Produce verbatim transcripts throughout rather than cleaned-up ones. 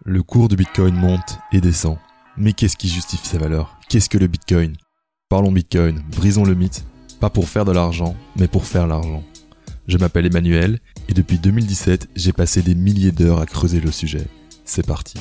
Le cours du Bitcoin monte et descend. Mais qu'est-ce qui justifie sa valeur? Qu'est-ce que le Bitcoin? Parlons Bitcoin, brisons le mythe, pas pour faire de l'argent, mais pour faire l'argent. Je m'appelle Emmanuel et depuis deux mille dix-sept, j'ai passé des milliers d'heures à creuser le sujet. C'est parti.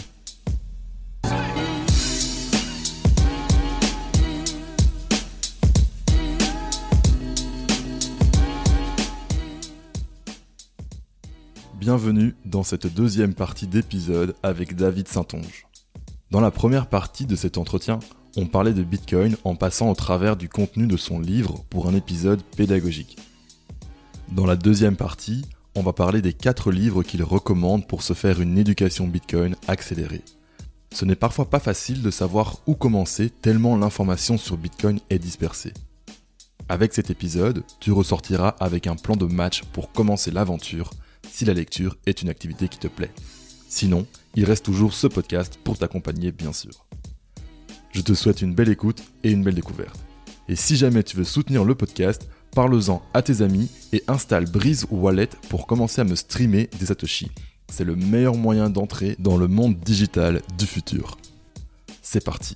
Bienvenue dans cette deuxième partie d'épisode avec David Saintonge. Dans la première partie de cet entretien, on parlait de Bitcoin en passant au travers du contenu de son livre pour un épisode pédagogique. Dans la deuxième partie, on va parler des quatre livres qu'il recommande pour se faire une éducation Bitcoin accélérée. Ce n'est parfois pas facile de savoir où commencer tellement l'information sur Bitcoin est dispersée. Avec cet épisode, tu ressortiras avec un plan de match pour commencer l'aventure si la lecture est une activité qui te plaît. Sinon, il reste toujours ce podcast pour t'accompagner bien sûr. Je te souhaite une belle écoute et une belle découverte. Et si jamais tu veux soutenir le podcast, parle-en à tes amis et installe Breeze Wallet pour commencer à me streamer des satoshis. C'est le meilleur moyen d'entrer dans le monde digital du futur. C'est parti.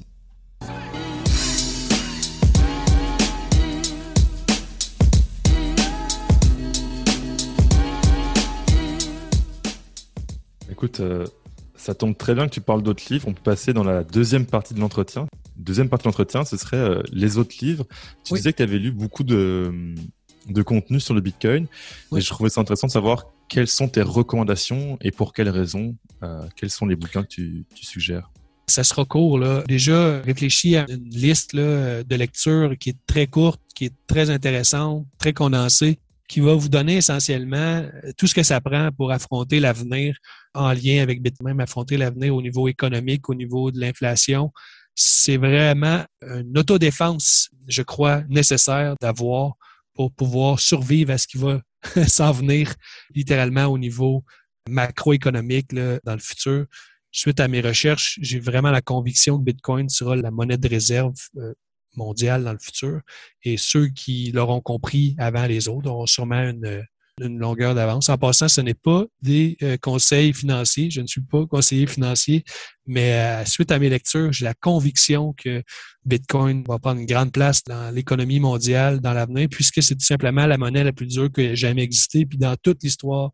Écoute, euh, ça tombe très bien que tu parles d'autres livres. On peut passer dans la deuxième partie de l'entretien. Deuxième partie de l'entretien, ce serait euh, les autres livres. Tu oui. disais que tu avais lu beaucoup de, de contenu sur le Bitcoin. Oui. Et je trouvais ça intéressant de savoir quelles sont tes recommandations et pour quelles raisons. Euh, quels sont les bouquins que tu, tu suggères? Ça sera court, là. Déjà, réfléchis à une liste là, de lecture qui est très courte, qui est très intéressante, très condensée, qui va vous donner essentiellement tout ce que ça prend pour affronter l'avenir en lien avec Bitcoin, même affronter l'avenir au niveau économique, au niveau de l'inflation. C'est vraiment une autodéfense, je crois, nécessaire d'avoir pour pouvoir survivre à ce qui va s'en venir littéralement au niveau macroéconomique là, dans le futur. Suite à mes recherches, j'ai vraiment la conviction que Bitcoin sera la monnaie de réserve euh, mondiale dans le futur. Et ceux qui l'auront compris avant les autres auront sûrement une, une longueur d'avance. En passant, ce n'est pas des euh, conseils financiers. Je ne suis pas conseiller financier, mais euh, suite à mes lectures, j'ai la conviction que Bitcoin va prendre une grande place dans l'économie mondiale dans l'avenir, puisque c'est tout simplement la monnaie la plus dure qui ait jamais existé. Puis dans toute l'histoire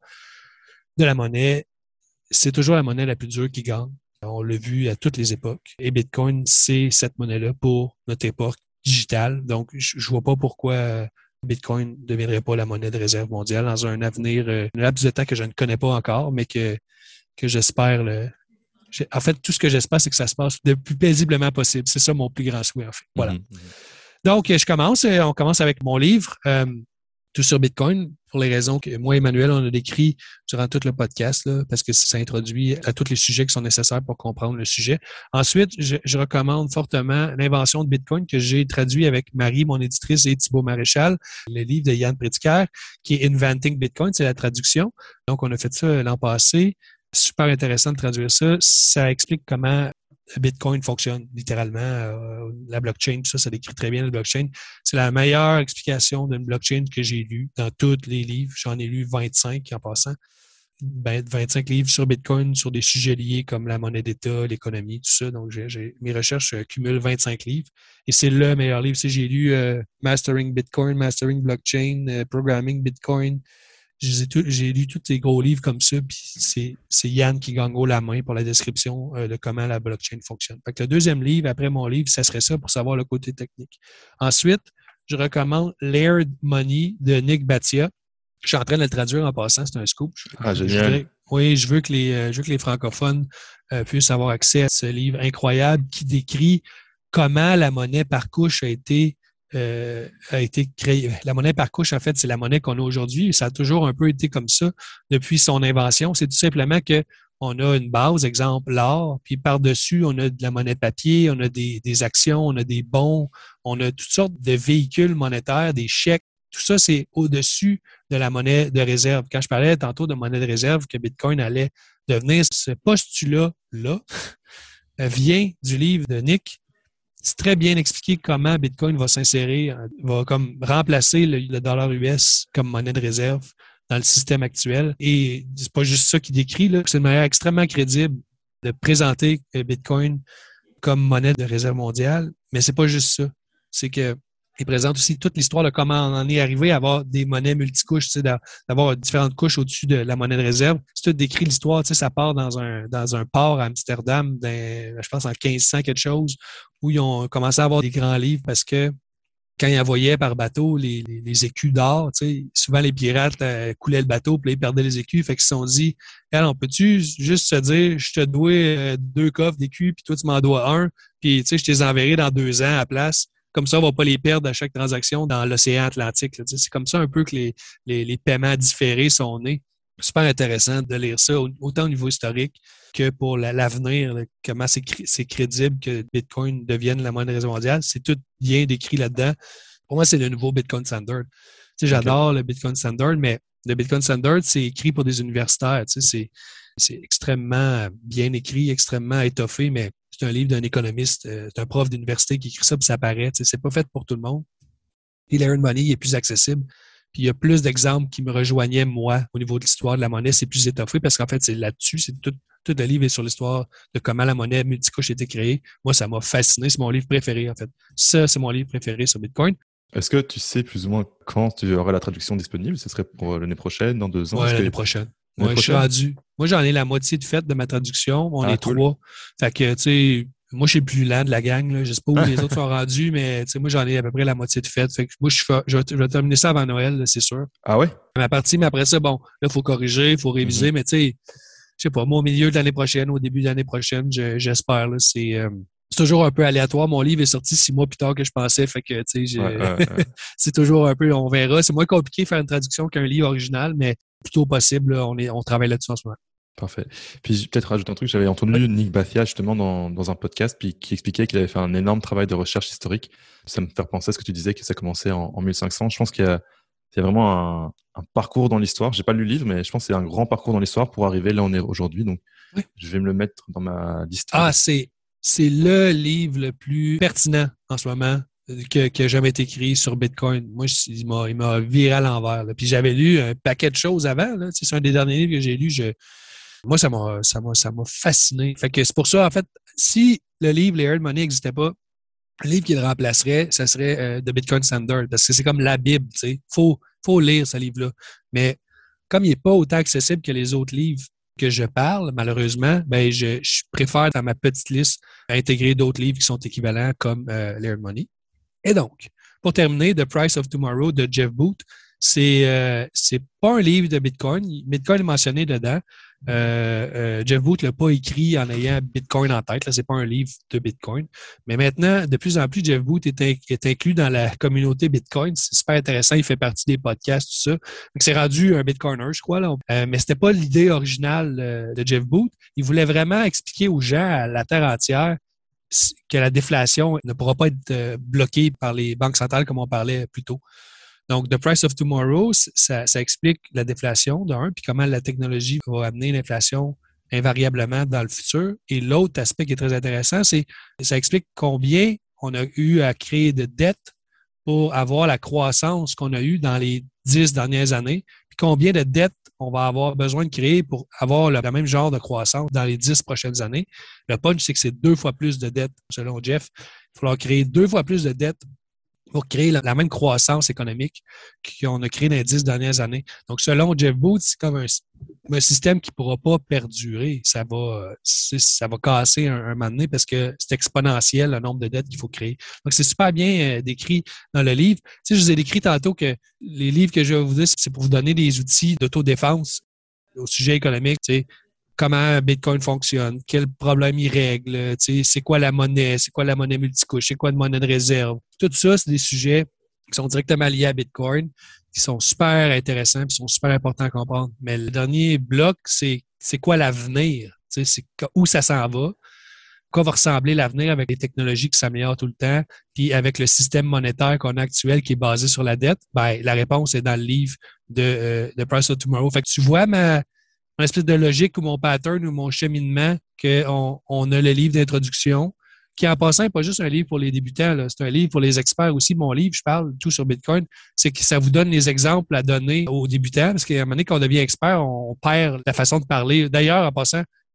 de la monnaie, c'est toujours la monnaie la plus dure qui gagne. On l'a vu à toutes les époques. Et Bitcoin, c'est cette monnaie-là pour notre époque digitale. Donc, je ne vois pas pourquoi Bitcoin ne deviendrait pas la monnaie de réserve mondiale dans un avenir, un laps de temps que je ne connais pas encore, mais que, que j'espère. Le... En fait, tout ce que j'espère, c'est que ça se passe le plus paisiblement possible. C'est ça mon plus grand souhait, en fait. Voilà. Mm-hmm. Donc, je commence. On commence avec mon livre. Euh, Tout sur Bitcoin, pour les raisons que moi et Emmanuel, on a décrit durant tout le podcast, là, parce que ça introduit à tous les sujets qui sont nécessaires pour comprendre le sujet. Ensuite, je, je recommande fortement l'invention de Bitcoin que j'ai traduit avec Marie, mon éditrice, et Thibaut Maréchal, le livre de Yann Prédicaire, qui est Inventing Bitcoin, c'est la traduction. Donc, on a fait ça l'an passé. Super intéressant de traduire ça. Ça explique comment Bitcoin fonctionne littéralement. Euh, la blockchain, tout ça, ça décrit très bien la blockchain. C'est la meilleure explication d'une blockchain que j'ai lue dans tous les livres. J'en ai lu vingt-cinq en passant. Ben, vingt-cinq livres sur Bitcoin, sur des sujets liés comme la monnaie d'État, l'économie, tout ça. Donc, j'ai, j'ai, mes recherches euh, cumulent vingt-cinq livres. Et c'est le meilleur livre. Tu sais, j'ai lu euh, Mastering Bitcoin, Mastering Blockchain, euh, Programming Bitcoin. J'ai, tout, j'ai lu tous ces gros livres comme ça, puis c'est, c'est Yann qui gagne haut la main pour la description euh, de comment la blockchain fonctionne. Fait que le deuxième livre, après mon livre, ça serait ça pour savoir le côté technique. Ensuite, je recommande Layered Money de Nick Bhatia. Je suis en train de le traduire en passant, c'est un scoop. Ah, génial. Je voudrais, oui, je veux que les, euh, je veux que les francophones euh, puissent avoir accès à ce livre incroyable qui décrit comment la monnaie par couche a été Euh, a été créé. La monnaie par couche, en fait, c'est la monnaie qu'on a aujourd'hui. Ça a toujours un peu été comme ça depuis son invention. C'est tout simplement que on a une base, exemple l'or, puis par-dessus, on a de la monnaie papier, on a des, des actions, on a des bons, on a toutes sortes de véhicules monétaires, des chèques. Tout ça, c'est au-dessus de la monnaie de réserve. Quand je parlais tantôt de monnaie de réserve, que Bitcoin allait devenir, ce postulat-là vient du livre de Nick. C'est très bien expliqué comment Bitcoin va s'insérer, va comme remplacer le, le dollar U S comme monnaie de réserve dans le système actuel. Et c'est pas juste ça qu'il décrit, là. C'est une manière extrêmement crédible de présenter Bitcoin comme monnaie de réserve mondiale, mais c'est pas juste ça. C'est que il présente aussi toute l'histoire de comment on en est arrivé à avoir des monnaies multicouches, tu sais, d'avoir différentes couches au-dessus de la monnaie de réserve. C'est tout décrit l'histoire, tu sais, ça part dans un, dans un port à Amsterdam, dans, je pense en quinze cents quelque chose, où ils ont commencé à avoir des grands livres parce que quand ils envoyaient par bateau les, les, les écus d'or, tu sais, souvent les pirates euh, coulaient le bateau, puis là, ils perdaient les écus. Fait qu'ils se sont dit, on peut-tu juste se dire, je te dois euh, deux coffres d'écus, puis toi, tu m'en dois un, puis tu sais, je te les enverrai dans deux ans à place. Comme ça, on ne va pas les perdre à chaque transaction dans l'océan Atlantique. Là. C'est comme ça un peu que les, les, les paiements différés sont nés. Super intéressant de lire ça, autant au niveau historique que pour la, l'avenir, là, comment c'est, c'est crédible que Bitcoin devienne la monnaie de réserve mondiale. C'est tout bien décrit là-dedans. Pour moi, c'est le nouveau Bitcoin Standard. Tu sais, j'adore okay. le Bitcoin Standard, mais le Bitcoin Standard, c'est écrit pour des universitaires. Tu sais, c'est, c'est extrêmement bien écrit, extrêmement étoffé, mais c'est un livre d'un économiste, euh, c'est un prof d'université qui écrit ça, puis ça paraît. Tu sais, c'est pas fait pour tout le monde. Et l'Earn Money il est plus accessible. Puis il y a plus d'exemples qui me rejoignaient, moi, au niveau de l'histoire de la monnaie. C'est plus étoffé parce qu'en fait, c'est là-dessus. C'est tout, tout le livre est sur l'histoire de comment la monnaie multicouche a été créée. Moi, ça m'a fasciné. C'est mon livre préféré, en fait. Ça, c'est mon livre préféré sur Bitcoin. Est-ce que tu sais plus ou moins quand tu auras la traduction disponible? Ce serait pour l'année prochaine, dans deux ans? Oui, l'année que... prochaine. L'année ouais, prochaine? Je suis rendu. Moi, j'en ai la moitié de faite de ma traduction. On ah, est cool. trois. Fait que, tu sais, moi, je suis le plus lent de la gang. Là. Je sais pas où les autres sont rendus, mais tu sais, moi, j'en ai à peu près la moitié de faite. Fait que moi, je, suis fa... je, vais, je vais terminer ça avant Noël, là, c'est sûr. Ah ouais? Ma partie, mais après ça, bon, là, il faut corriger, il faut réviser, mm-hmm. mais tu sais, je sais pas, moi, au milieu de l'année prochaine, au début de l'année prochaine, je, j'espère. Là, c'est, euh, c'est toujours un peu aléatoire. Mon livre est sorti six mois plus tard que je pensais. Fait que, tu sais, ouais, ouais, ouais. c'est toujours un peu, on verra. C'est moins compliqué de faire une traduction qu'un livre original, mais plutôt possible. Là, on, est, on travaille là-dessus en ce moment. Parfait. Puis peut-être rajouter un truc, j'avais entendu oui. Nick Bhatia justement dans, dans un podcast puis qui expliquait qu'il avait fait un énorme travail de recherche historique. Ça me fait penser à ce que tu disais que ça commençait en, en mille cinq cents. Je pense qu'il y a, il y a vraiment un, un parcours dans l'histoire. J'ai pas lu le livre, mais je pense que c'est un grand parcours dans l'histoire pour arriver là où on est aujourd'hui. Donc, oui. je vais me le mettre dans ma liste. Ah, c'est, c'est le livre le plus pertinent en ce moment que, qui a jamais été écrit sur Bitcoin. Moi, je, il, m'a, il m'a viré à l'envers. Là. Puis j'avais lu un paquet de choses avant. Là. C'est un des derniers livres que j'ai lu. Je, Moi, ça m'a, ça m'a, ça m'a fasciné. Fait que c'est pour ça, en fait, si le livre Les Earn Money n'existait pas, le livre qui le remplacerait, ça serait euh, The Bitcoin Standard, parce que c'est comme la Bible, tu sais. Faut, faut lire ce livre-là. Mais comme il n'est pas autant accessible que les autres livres que je parle, malheureusement, ben je, je préfère dans ma petite liste intégrer d'autres livres qui sont équivalents comme euh, Les Earn Money. Et donc, pour terminer, The Price of Tomorrow de Jeff Booth, c'est, euh, c'est pas un livre de Bitcoin. Bitcoin est mentionné dedans. Euh, euh, Jeff Booth ne l'a pas écrit en ayant Bitcoin en tête. Là, c'est pas un livre de Bitcoin. Mais maintenant, de plus en plus, Jeff Booth est, in- est inclus dans la communauté Bitcoin. C'est super intéressant. Il fait partie des podcasts, tout ça. Donc, c'est rendu un Bitcoiner, je crois. Là. Euh, mais c'était pas l'idée originale euh, de Jeff Booth. Il voulait vraiment expliquer aux gens, à la terre entière, que la déflation ne pourra pas être euh, bloquée par les banques centrales comme on parlait plus tôt. Donc, The Price of Tomorrow, ça, ça explique la déflation d'un, puis comment la technologie va amener l'inflation invariablement dans le futur. Et l'autre aspect qui est très intéressant, c'est ça explique combien on a eu à créer de dettes pour avoir la croissance qu'on a eue dans les dix dernières années, puis combien de dettes on va avoir besoin de créer pour avoir le même genre de croissance dans les dix prochaines années. Le punch, c'est que c'est deux fois plus de dettes, selon Jeff. Il va falloir créer deux fois plus de dettes pour créer la, la même croissance économique qu'on a créée dans les dix dernières années. Donc, selon Jeff Booth, c'est comme un, un système qui ne pourra pas perdurer. Ça va, ça va casser un, un moment donné parce que c'est exponentiel le nombre de dettes qu'il faut créer. Donc, c'est super bien euh, décrit dans le livre. Tu sais, je vous ai décrit tantôt que les livres que je vais vous dire, c'est pour vous donner des outils d'autodéfense au sujet économique, tu sais. Comment Bitcoin fonctionne, quels problèmes il règle, tu sais, c'est quoi la monnaie, c'est quoi la monnaie multicouche, c'est quoi une monnaie de réserve. Tout ça, c'est des sujets qui sont directement liés à Bitcoin, qui sont super intéressants et qui sont super importants à comprendre. Mais le dernier bloc, c'est, c'est quoi l'avenir, tu sais, c'est où ça s'en va, quoi va ressembler l'avenir avec les technologies qui s'améliorent tout le temps, puis avec le système monétaire qu'on a actuel qui est basé sur la dette. Ben, la réponse est dans le livre de euh, The Price of Tomorrow. Fait que tu vois ma... une espèce de logique ou mon pattern ou mon cheminement qu'on on a le livre d'introduction qui, en passant, n'est pas juste un livre pour les débutants, là. C'est un livre pour les experts aussi. Mon livre, je parle tout sur Bitcoin, c'est que ça vous donne les exemples à donner aux débutants parce qu'à un moment donné, quand on devient expert, on perd la façon de parler. D'ailleurs, en passant,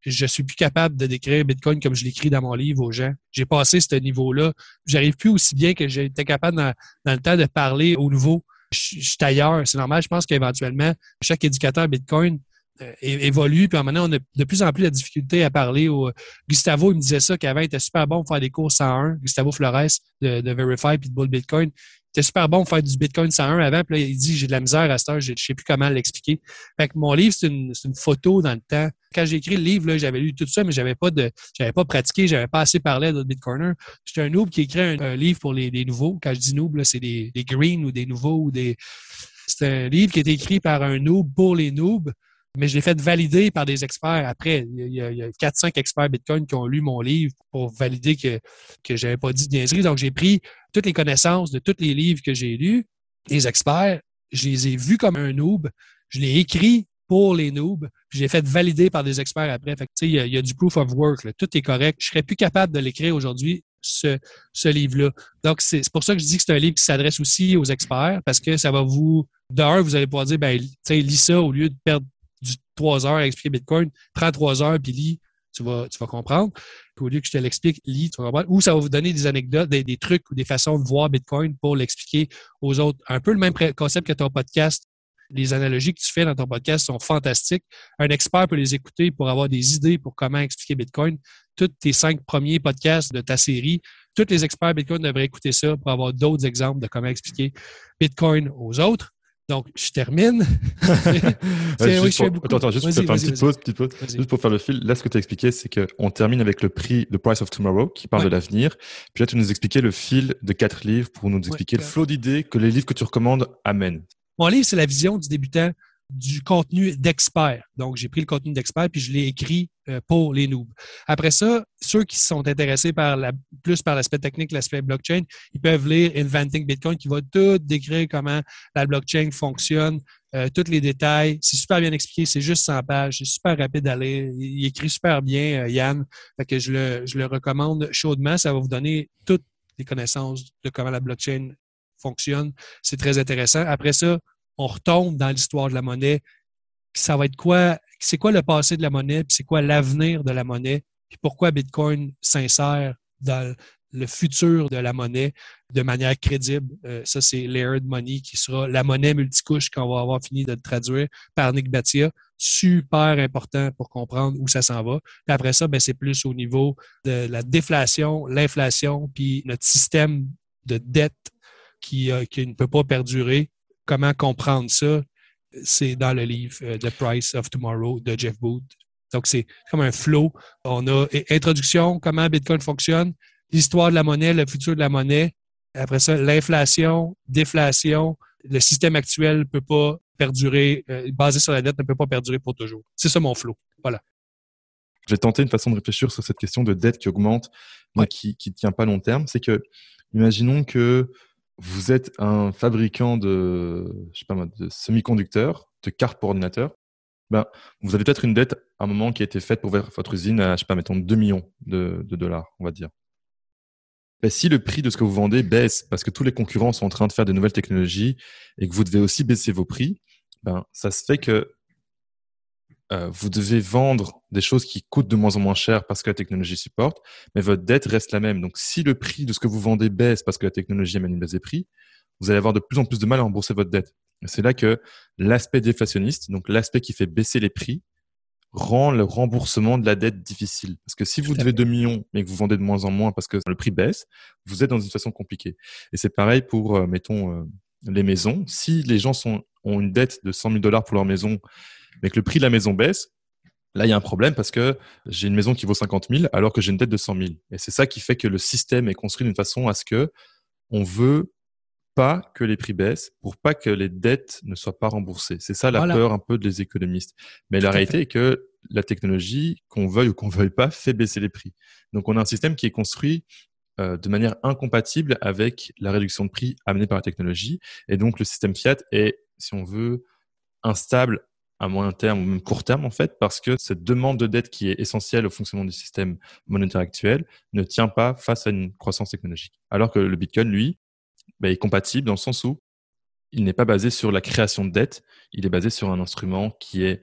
je suis plus capable de décrire Bitcoin comme je l'écris dans mon livre aux gens. J'ai passé ce niveau-là. J'arrive plus aussi bien que j'étais capable dans, dans le temps de parler aux nouveaux. Je, je suis ailleurs. C'est normal. Je pense qu'éventuellement, chaque éducateur Bitcoin euh, évolue. Puis à un moment donné, on a de plus en plus la difficulté à parler. Au... Gustavo, il me disait ça, qu'avant, il était super bon pour faire des cours cent un. Gustavo Flores de, de Verify puis de Bull Bitcoin. Il était super bon pour faire du Bitcoin cent un avant. Puis là, il dit, j'ai de la misère à cette heure. Je ne sais plus comment l'expliquer. Fait que mon livre, c'est une, c'est une photo dans le temps. Quand j'ai écrit le livre, là, j'avais lu tout ça, mais j'avais pas de, j'avais pas pratiqué, j'avais pas assez parlé d'autres Bitcoiners. J'étais un noob qui écrit un, un livre pour les, les nouveaux. Quand je dis noob, là, c'est des, des greens ou des nouveaux ou des, c'est un livre qui est écrit par un noob pour les noobs, mais je l'ai fait valider par des experts après. Il y a, il y a quatre cinq experts Bitcoin qui ont lu mon livre pour valider que, que j'avais pas dit de niaiserie. Donc, j'ai pris toutes les connaissances de tous les livres que j'ai lus, les experts, je les ai vus comme un noob, je l'ai écrit pour les noobs, puis je l'ai fait valider par des experts après. Fait que, tu sais, il y a, il y a du proof of work, là. Tout est correct. Je serais plus capable de l'écrire aujourd'hui, ce, ce livre-là. Donc, c'est, c'est pour ça que je dis que c'est un livre qui s'adresse aussi aux experts, parce que ça va vous... D'un, vous allez pouvoir dire, ben, tu sais, lis ça au lieu de perdre du trois heures à expliquer Bitcoin, prends trois heures puis lis, tu vas, tu vas comprendre. Puis au lieu que je te l'explique, lis, tu vas comprendre. Ou ça va vous donner des anecdotes, des, des trucs ou des façons de voir Bitcoin pour l'expliquer aux autres. Un peu le même concept que ton podcast. Les analogies que tu fais dans ton podcast sont fantastiques. Un expert peut les écouter pour avoir des idées pour comment expliquer Bitcoin. Tous tes cinq premiers podcasts de ta série, tous les experts Bitcoin devraient écouter ça pour avoir d'autres exemples de comment expliquer Bitcoin aux autres. Donc, je termine. c'est, oui, pour, attends, attends, juste pour faire une petite pause, petite pause juste pour faire le fil. Là, ce que tu as expliqué, c'est qu'on termine avec le prix, the price of tomorrow, qui parle ouais. de l'avenir. Puis là, tu nous expliquais le fil de quatre livres pour nous expliquer ouais, le flot d'idées que les livres que tu recommandes amènent. Mon livre, c'est la vision du débutant du contenu d'expert. Donc, j'ai pris le contenu d'expert puis je l'ai écrit euh, pour les noobs. Après ça, ceux qui sont intéressés par la, plus par l'aspect technique, l'aspect blockchain, ils peuvent lire Inventing Bitcoin qui va tout décrire comment la blockchain fonctionne, euh, tous les détails. C'est super bien expliqué, c'est juste cent pages, c'est super rapide à lire. Il, il écrit super bien, euh, Yann. Fait que je le, je le recommande chaudement. Ça va vous donner toutes les connaissances de comment la blockchain fonctionne. C'est très intéressant. Après ça, on retombe dans l'histoire de la monnaie. Ça va être quoi? C'est quoi le passé de la monnaie? Puis c'est quoi l'avenir de la monnaie? Puis pourquoi Bitcoin s'insère dans le futur de la monnaie de manière crédible? Euh, ça, c'est Layered Money qui sera la monnaie multicouche qu'on va avoir fini de traduire par Nick Bhatia. Super important pour comprendre où ça s'en va. Puis après ça, ben, c'est plus au niveau de la déflation, l'inflation, puis notre système de dette qui, euh, qui ne peut pas perdurer. Comment comprendre ça? C'est dans le livre euh, The Price of Tomorrow de Jeff Booth. Donc, c'est comme un flow. On a introduction, comment Bitcoin fonctionne, l'histoire de la monnaie, le futur de la monnaie. Après ça, l'inflation, déflation. Le système actuel ne peut pas perdurer, euh, basé sur la dette, ne peut pas perdurer pour toujours. C'est ça mon flow. Voilà. Je vais tenter une façon de réfléchir sur cette question de dette qui augmente, mais ouais. qui ne tient pas long terme. C'est que, imaginons que vous êtes un fabricant de, je sais pas moi, de semi-conducteurs, de cartes pour ordinateur. Ben, vous avez peut-être une dette à un moment qui a été faite pour votre usine à, je sais pas, mettons deux millions de, de dollars, on va dire. Ben, si le prix de ce que vous vendez baisse parce que tous les concurrents sont en train de faire de nouvelles technologies et que vous devez aussi baisser vos prix, ben, ça se fait que Euh, vous devez vendre des choses qui coûtent de moins en moins cher parce que la technologie supporte, mais votre dette reste la même. Donc, si le prix de ce que vous vendez baisse parce que la technologie amène une baisse des prix, vous allez avoir de plus en plus de mal à rembourser votre dette. Et c'est là que l'aspect déflationniste, donc l'aspect qui fait baisser les prix, rend le remboursement de la dette difficile. Parce que si vous devez deux millions mais que vous vendez de moins en moins parce que le prix baisse, vous êtes dans une situation compliquée. Et c'est pareil pour, euh, mettons, euh, les maisons. Si les gens sont, ont une dette de cent mille dollars pour leur maison, mais que le prix de la maison baisse, là, il y a un problème parce que j'ai une maison qui vaut cinquante mille alors que j'ai une dette de cent mille. Et c'est ça qui fait que le système est construit d'une façon à ce que on veut pas que les prix baissent pour pas que les dettes ne soient pas remboursées. C'est ça la voilà. peur un peu des économistes. Mais Tout la réalité fait. est que la technologie, qu'on veuille ou qu'on veuille pas, fait baisser les prix. Donc, on a un système qui est construit euh, de manière incompatible avec la réduction de prix amenée par la technologie. Et donc, le système fiat est, si on veut, instable à moyen terme ou même court terme en fait, parce que cette demande de dette qui est essentielle au fonctionnement du système monétaire actuel ne tient pas face à une croissance technologique. Alors que le Bitcoin, lui, bah, est compatible dans le sens où il n'est pas basé sur la création de dette, il est basé sur un instrument qui est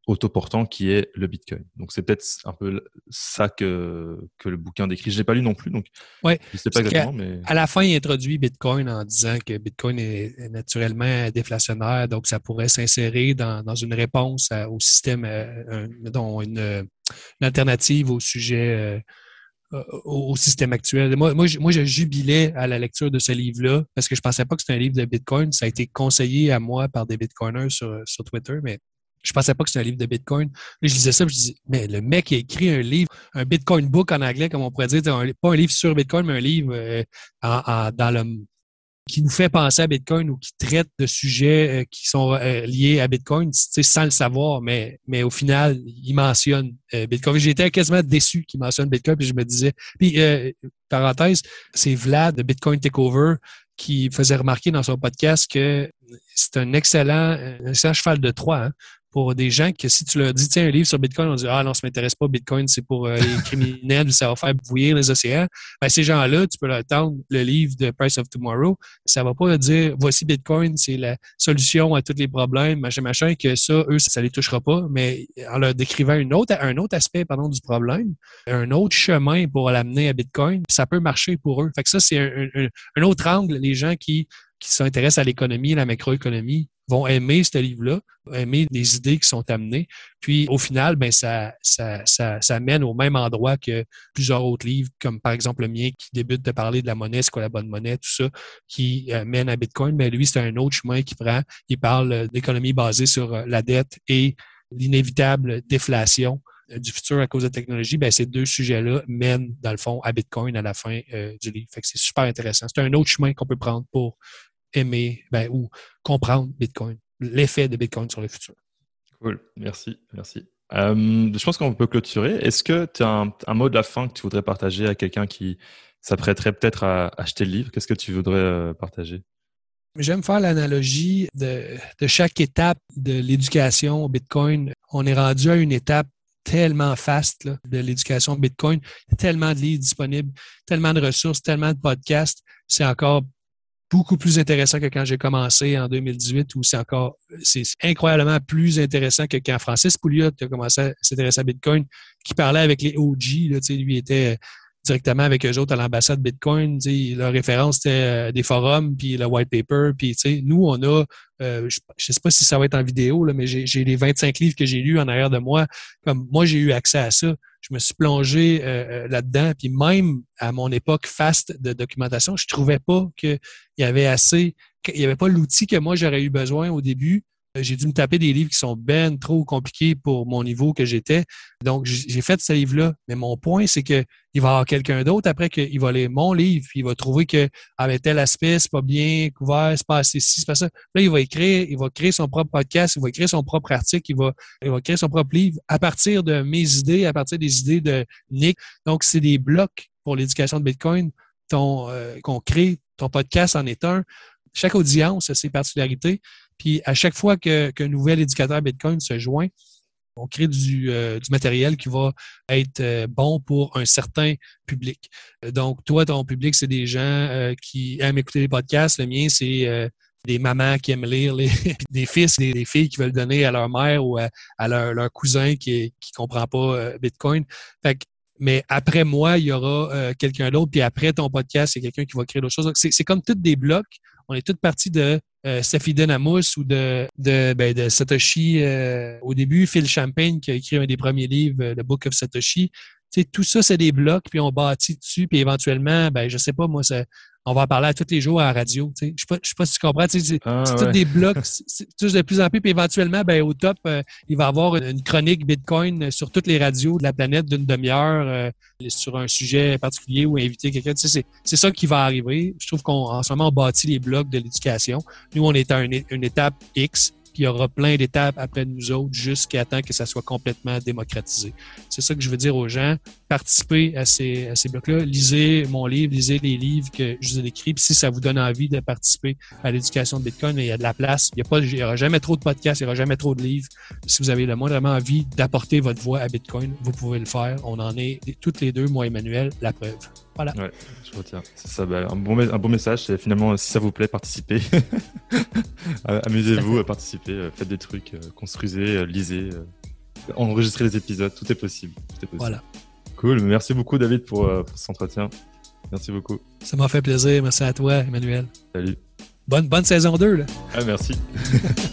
autoportant qui est le Bitcoin. Donc, c'est peut-être un peu ça que, que le bouquin décrit. Je ne l'ai pas lu non plus, donc ouais, je ne sais pas exactement. Mais... À la fin, il introduit Bitcoin en disant que Bitcoin est naturellement déflationnaire, donc ça pourrait s'insérer dans, dans une réponse à, au système, euh, un, dont une, une alternative au sujet, euh, au, au système actuel. Moi, moi, je, moi, je jubilais à la lecture de ce livre-là parce que je ne pensais pas que c'était un livre de Bitcoin. Ça a été conseillé à moi par des Bitcoiners sur, sur Twitter, mais je pensais pas que c'était un livre de Bitcoin. Là, je lisais ça, je disais, mais le mec a écrit un livre, un Bitcoin book en anglais, comme on pourrait dire, un, pas un livre sur Bitcoin, mais un livre euh, en, en, dans le qui nous fait penser à Bitcoin ou qui traite de sujets euh, qui sont euh, liés à Bitcoin, sans le savoir, mais, mais au final, il mentionne euh, Bitcoin. J'étais quasiment déçu qu'il mentionne Bitcoin, puis je me disais, puis euh, parenthèse, c'est Vlad de Bitcoin Takeover qui faisait remarquer dans son podcast que c'est un excellent, un excellent cheval de Troie, hein, pour des gens que si tu leur dis, tiens, un livre sur Bitcoin, on dit, ah non, ça m'intéresse pas, Bitcoin, c'est pour euh, les criminels, ça va faire bouillir les océans. Ben, ces gens-là, tu peux leur tendre le livre de Price of Tomorrow. Ça va pas leur dire, voici Bitcoin, c'est la solution à tous les problèmes, machin, machin, que ça, eux, ça les touchera pas. Mais en leur décrivant une autre, un autre aspect, pardon, du problème, un autre chemin pour l'amener à Bitcoin, ça peut marcher pour eux. Fait que ça, c'est un, un, un autre angle. Les gens qui, qui s'intéressent à l'économie, la macroéconomie, vont aimer ce livre-là, aimer les idées qui sont amenées. Puis, au final, ben ça, ça, ça, ça mène au même endroit que plusieurs autres livres, comme par exemple le mien qui débute de parler de la monnaie, c'est quoi la bonne monnaie, tout ça, qui euh, mène à Bitcoin. Mais lui, c'est un autre chemin qu'il prend. Il parle d'économie basée sur la dette et l'inévitable déflation du futur à cause de la technologie. Ben, ces deux sujets-là mènent, dans le fond, à Bitcoin à la fin euh, du livre. Fait que c'est super intéressant. C'est un autre chemin qu'on peut prendre pour aimer ben, ou comprendre Bitcoin, l'effet de Bitcoin sur le futur. Cool, merci, merci. Euh, je pense qu'on peut clôturer. Est-ce que tu as un, un mot de la fin que tu voudrais partager à quelqu'un qui s'apprêterait peut-être à acheter le livre? Qu'est-ce que tu voudrais euh, partager? J'aime faire l'analogie de, de chaque étape de l'éducation au Bitcoin. On est rendu à une étape tellement faste là, de l'éducation Bitcoin. Il y a tellement de livres disponibles, tellement de ressources, tellement de podcasts. C'est encore beaucoup plus intéressant que quand j'ai commencé en deux mille dix-huit, où c'est encore, c'est incroyablement plus intéressant que quand Francis Pouliot a commencé à s'intéresser à Bitcoin, qui parlait avec les O G, là, lui était directement avec eux autres à l'ambassade Bitcoin. Leur référence, c'était des forums, puis le white paper. Puis nous, on a, euh, je ne sais pas si ça va être en vidéo, là, mais j'ai, j'ai les vingt-cinq livres que j'ai lus en arrière de moi. Comme moi, j'ai eu accès à ça. Je me suis plongé euh, là-dedans. Puis même à mon époque faste de documentation, je trouvais pas qu'il y avait assez, qu'il n'y avait pas l'outil que moi, j'aurais eu besoin au début. J'ai dû me taper des livres qui sont ben trop compliqués pour mon niveau que j'étais. Donc, j'ai fait ce livre-là. Mais mon point, c'est que il va y avoir quelqu'un d'autre après qu'il va lire mon livre, puis il va trouver que avec tel aspect, c'est pas bien couvert, c'est pas assez ci, c'est pas ça. Là, il va écrire, il va créer son propre podcast, il va écrire son propre article, il va, il va créer son propre livre à partir de mes idées, à partir des idées de Nick. Donc, c'est des blocs pour l'éducation de Bitcoin ton, euh, qu'on crée. Ton podcast en est un. Chaque audience a ses particularités. Puis à chaque fois que, qu'un nouvel éducateur Bitcoin se joint, on crée du, euh, du matériel qui va être euh, bon pour un certain public. Donc, toi, ton public, c'est des gens euh, qui aiment écouter les podcasts. Le mien, c'est euh, des mamans qui aiment lire, les, des fils, des, des filles qui veulent donner à leur mère ou à, à leur, leur cousin qui ne comprend pas euh, Bitcoin. Fait que, mais après moi, il y aura euh, quelqu'un d'autre. Puis après ton podcast, c'est quelqu'un qui va créer d'autres choses. Donc, c'est, c'est comme tous des blocs. On est toutes parties de euh, Safidin Amos ou de, de, ben, de Satoshi euh, au début, Phil Champagne qui a écrit un des premiers livres, euh, The Book of Satoshi. Tu sais, tout ça, c'est des blocs, puis on bâtit dessus, puis éventuellement, ben je sais pas, moi, ça, on va en parler à tous les jours à la radio. Tu sais. Je sais pas, je sais pas si tu comprends. Tu sais, c'est ah, c'est ouais. tous des blocs, c'est, c'est tous de plus en plus, puis éventuellement, ben au top, euh, il va y avoir une, une chronique Bitcoin sur toutes les radios de la planète d'une demi-heure euh, sur un sujet particulier ou inviter quelqu'un. Tu sais, c'est, c'est ça qui va arriver. Je trouve qu'en ce moment, on bâtit les blocs de l'éducation. Nous, on est à une, une étape X. Puis il y aura plein d'étapes après nous autres jusqu'à temps que ça soit complètement démocratisé. C'est ça que je veux dire aux gens. Participez à ces, à ces blocs-là. Lisez mon livre, lisez les livres que je vous ai écrits. Puis si ça vous donne envie de participer à l'éducation de Bitcoin, il y a de la place. Il n'y a pas, il y aura jamais trop de podcasts, il n'y aura jamais trop de livres. Si vous avez le moindrement envie d'apporter votre voix à Bitcoin, vous pouvez le faire. On en est toutes les deux, moi et Emmanuel, la preuve. Voilà. Ouais, je retiens. C'est ça, bah, un, bon, un bon message, c'est finalement, si ça vous plaît, participez. Amusez-vous, participez, faites des trucs, construisez, lisez. enregistrer les épisodes, tout est possible. Tout est possible. Voilà. Cool, merci beaucoup David pour, euh, pour cet entretien. Merci beaucoup. Ça m'a fait plaisir. Merci à toi, Emmanuel. Salut. Bonne, bonne saison deux, là. Ah, merci.